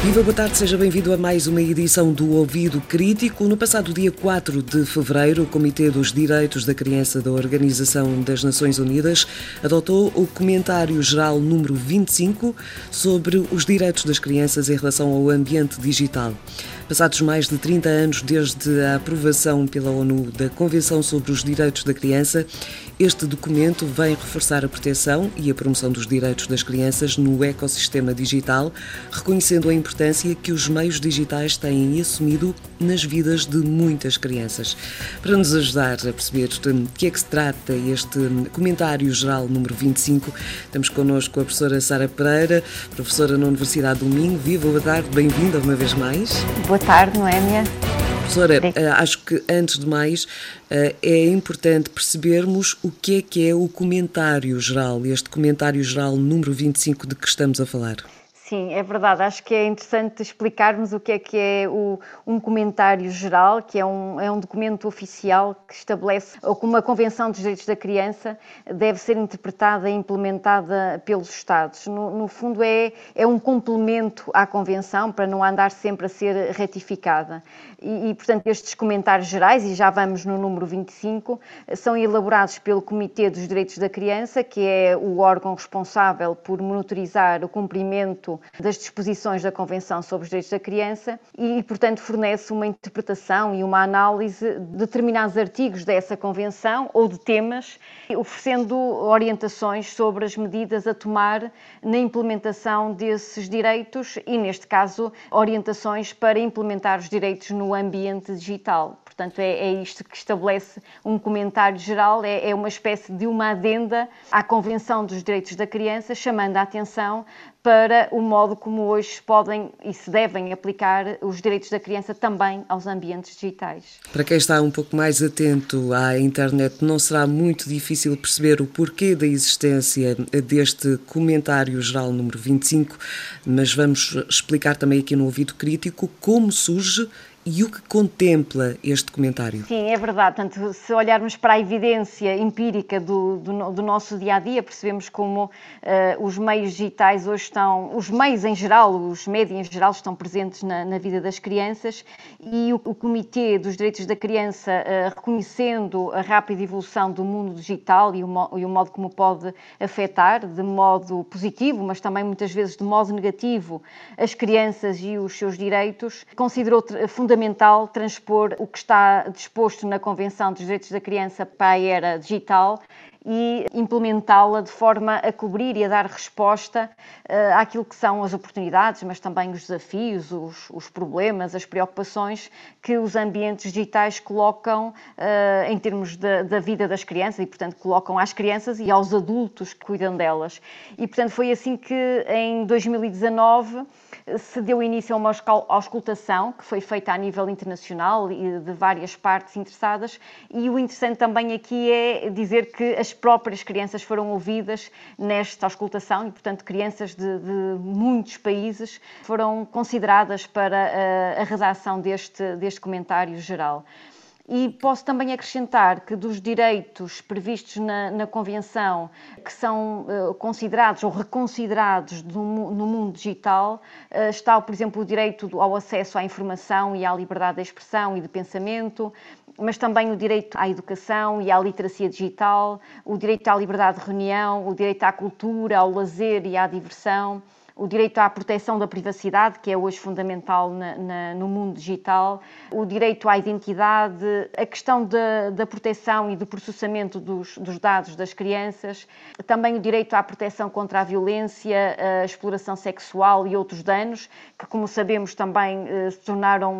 Viva, boa tarde, seja bem-vindo a mais uma edição do Ouvido Crítico. No passado dia 4 de fevereiro, o Comitê dos Direitos da Criança da Organização das Nações Unidas adotou o Comentário Geral número 25 sobre os direitos das crianças em relação ao ambiente digital. Passados mais de 30 anos desde a aprovação pela ONU da Convenção sobre os Direitos da Criança, este documento vem reforçar a proteção e a promoção dos direitos das crianças no ecossistema digital, reconhecendo a importância que os meios digitais têm assumido nas vidas de muitas crianças. Para nos ajudar a perceber de que é que se trata este Comentário Geral número 25, estamos connosco a professora Sara Pereira, professora na Universidade do Minho. Viva, boa tarde, bem-vinda uma vez mais. Boa tarde, Noémia. Professora, acho que antes de mais é importante percebermos o que é o Comentário Geral, este Comentário Geral número 25 de que estamos a falar. Sim, é verdade. Acho que é interessante explicarmos o que é um comentário geral, que é um documento oficial que estabelece como a Convenção dos Direitos da Criança deve ser interpretada e implementada pelos Estados. No fundo, é um complemento à Convenção para não andar sempre a ser ratificada. Portanto, estes comentários gerais, e já vamos no número 25, são elaborados pelo Comitê dos Direitos da Criança, que é o órgão responsável por monitorizar o cumprimento das disposições da Convenção sobre os Direitos da Criança e, portanto, fornece uma interpretação e uma análise de determinados artigos dessa Convenção ou de temas, oferecendo orientações sobre as medidas a tomar na implementação desses direitos e, neste caso, orientações para implementar os direitos no ambiente digital. Portanto, é isto que estabelece um comentário geral, é uma espécie de uma adenda à Convenção dos Direitos da Criança, chamando a atenção para o modo como hoje se podem e se devem aplicar os direitos da criança também aos ambientes digitais. Para quem está um pouco mais atento à internet, não será muito difícil perceber o porquê da existência deste Comentário Geral número 25, mas vamos explicar também aqui no Ouvido Crítico como surge e o que contempla este comentário. Sim, é verdade. Portanto, se olharmos para a evidência empírica do nosso dia-a-dia, percebemos como os meios digitais hoje estão, os meios em geral, os médias em geral, estão presentes na vida das crianças e o Comitê dos Direitos da Criança, reconhecendo a rápida evolução do mundo digital e o modo como pode afetar, de modo positivo, mas também muitas vezes de modo negativo, as crianças e os seus direitos, considerou fundamental transpor o que está disposto na Convenção dos Direitos da Criança para a era digital e implementá-la de forma a cobrir e a dar resposta àquilo que são as oportunidades, mas também os desafios, os problemas, as preocupações que os ambientes digitais colocam em termos da vida das crianças e, portanto, colocam às crianças e aos adultos que cuidam delas. E, portanto, foi assim que em 2019 se deu início a uma auscultação que foi feita a nível internacional e de várias partes interessadas, e o interessante também aqui é dizer que as próprias crianças foram ouvidas nesta auscultação e, portanto, crianças de muitos países foram consideradas para a redação deste comentário geral. E posso também acrescentar que dos direitos previstos na Convenção, que são considerados ou reconsiderados no mundo digital, está, por exemplo, o direito ao acesso à informação e à liberdade de expressão e de pensamento, mas também o direito à educação e à literacia digital, o direito à liberdade de reunião, o direito à cultura, ao lazer e à diversão, o direito à proteção da privacidade, que é hoje fundamental no mundo digital, o direito à identidade, a questão da proteção e do processamento dos dados das crianças, também o direito à proteção contra a violência, a exploração sexual e outros danos, que, como sabemos, também se tornaram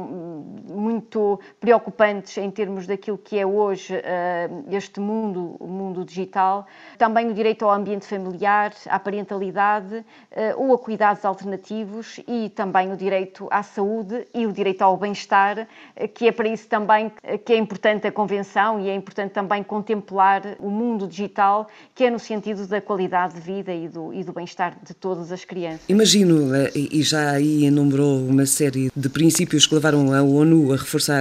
muito preocupantes em termos daquilo que é hoje este mundo, o mundo digital. Também o direito ao ambiente familiar, à parentalidade, ou a cuidados alternativos e também o direito à saúde e o direito ao bem-estar, que é para isso também que é importante a Convenção e é importante também contemplar o mundo digital, que é no sentido da qualidade de vida e do bem-estar de todas as crianças. Imagino, e já aí enumerou uma série de princípios que levaram a ONU a reforçar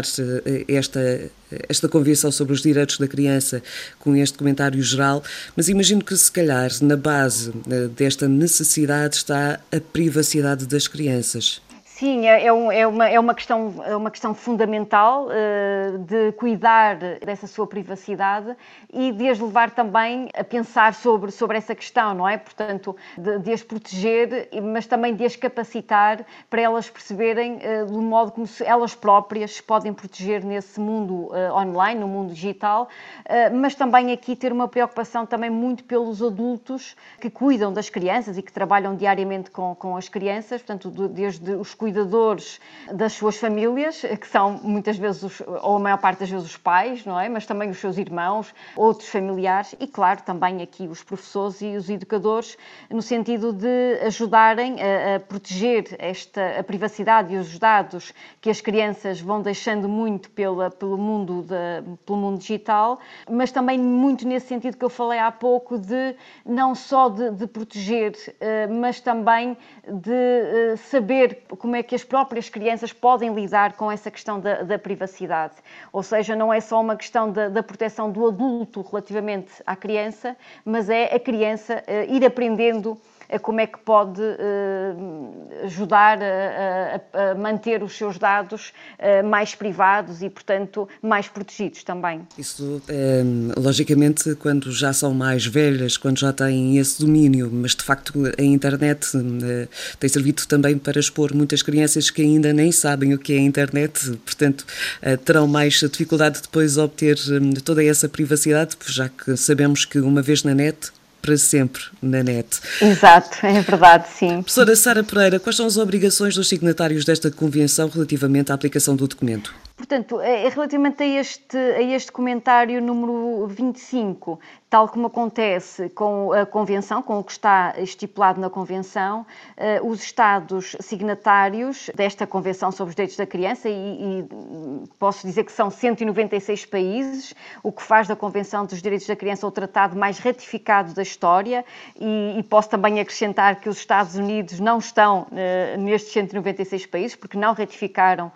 esta Convenção sobre os Direitos da Criança com este comentário geral, mas imagino que se calhar na base desta necessidade está a privacidade das crianças. Sim, é uma questão fundamental de cuidar dessa sua privacidade e de as levar também a pensar sobre essa questão, não é? Portanto, de as proteger, mas também de as capacitar para elas perceberem do modo como elas próprias se podem proteger nesse mundo online, no mundo digital, mas também aqui ter uma preocupação também muito pelos adultos que cuidam das crianças e que trabalham diariamente com as crianças, portanto, desde os cuidadores das suas famílias, que são muitas vezes, ou a maior parte das vezes, os pais, não é? Mas também os seus irmãos, outros familiares e, claro, também aqui os professores e os educadores, no sentido de ajudarem a proteger a privacidade e os dados que as crianças vão deixando muito pelo mundo digital, mas também muito nesse sentido que eu falei há pouco, de não só de proteger, mas também de saber como é que as próprias crianças podem lidar com essa questão da privacidade. Ou seja, não é só uma questão da proteção do adulto relativamente à criança, mas é a criança ir aprendendo como é que pode ajudar a manter os seus dados mais privados e, portanto, mais protegidos também. Isso, logicamente, quando já são mais velhas, quando já têm esse domínio, mas de facto a internet tem servido também para expor muitas crianças que ainda nem sabem o que é a internet, portanto, terão mais dificuldade depois de obter toda essa privacidade, já que sabemos que uma vez na net, para sempre na net. Exato, é verdade, sim. Professora Sara Pereira, quais são as obrigações dos signatários desta convenção relativamente à aplicação do documento? Portanto, relativamente a este comentário número 25, tal como acontece com a Convenção, com o que está estipulado na Convenção, os Estados signatários desta Convenção sobre os Direitos da Criança, e posso dizer que são 196 países, o que faz da Convenção dos Direitos da Criança o tratado mais ratificado da história, e posso também acrescentar que os Estados Unidos não estão nestes 196 países, porque não ratificaram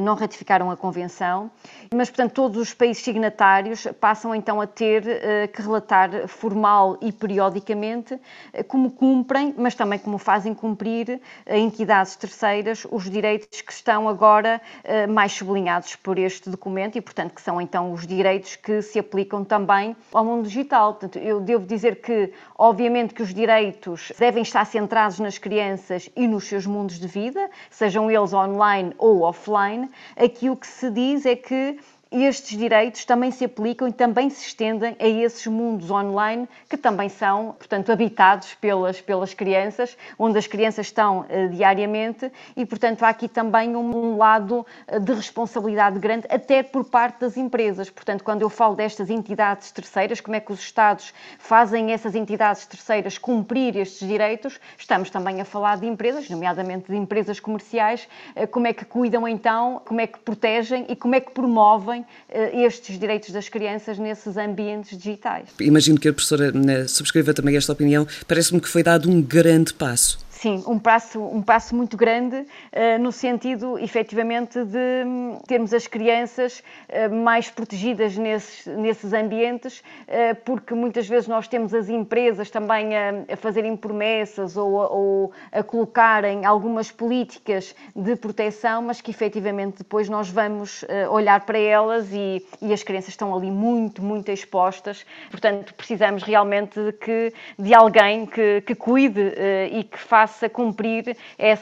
a Convenção, mas, portanto, todos os países signatários passam então a ter que relatar formal e periodicamente como cumprem, mas também como fazem cumprir a entidades terceiras os direitos que estão agora mais sublinhados por este documento e, portanto, que são então os direitos que se aplicam também ao mundo digital. Portanto, eu devo dizer que, obviamente, que os direitos devem estar centrados nas crianças e nos seus mundos de vida, sejam eles online ou offline. Aqui o que se diz é que estes direitos também se aplicam e também se estendem a esses mundos online que também são, portanto, habitados pelas crianças, onde as crianças estão diariamente e, portanto, há aqui também um lado de responsabilidade grande, até por parte das empresas. Portanto, quando eu falo destas entidades terceiras, como é que os Estados fazem essas entidades terceiras cumprir estes direitos, estamos também a falar de empresas, nomeadamente de empresas comerciais, como é que cuidam então, como é que protegem e como é que promovem estes direitos das crianças nesses ambientes digitais. Imagino que a professora subscreva também esta opinião. Parece-me que foi dado um grande passo. Sim, um passo muito grande no sentido, efetivamente, de termos as crianças mais protegidas nesses ambientes, porque muitas vezes nós temos as empresas também a fazerem promessas ou a colocarem algumas políticas de proteção, mas que efetivamente depois nós vamos olhar para elas e as crianças estão ali muito, muito expostas. Portanto, precisamos realmente de alguém que cuide e que faça cumprir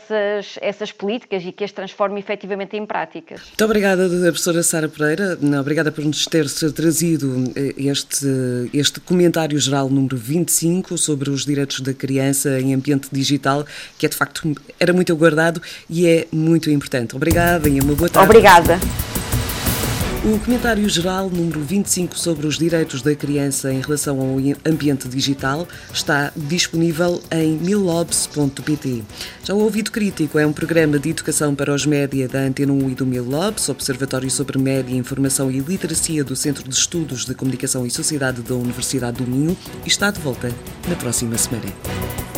essas políticas e que as transforme efetivamente em práticas. Muito obrigada, professora Sara Pereira. Obrigada por nos ter trazido este comentário geral número 25 sobre os direitos da criança em ambiente digital, que de facto era muito aguardado e é muito importante. Obrigada e uma boa tarde. Obrigada. O comentário geral número 25 sobre os direitos da criança em relação ao ambiente digital está disponível em millobs.pt. Já o Ouvido Crítico é um programa de educação para os média da Antena 1 e do Millobs, Observatório sobre Média, Informação e Literacia do Centro de Estudos de Comunicação e Sociedade da Universidade do Minho, e está de volta na próxima semana.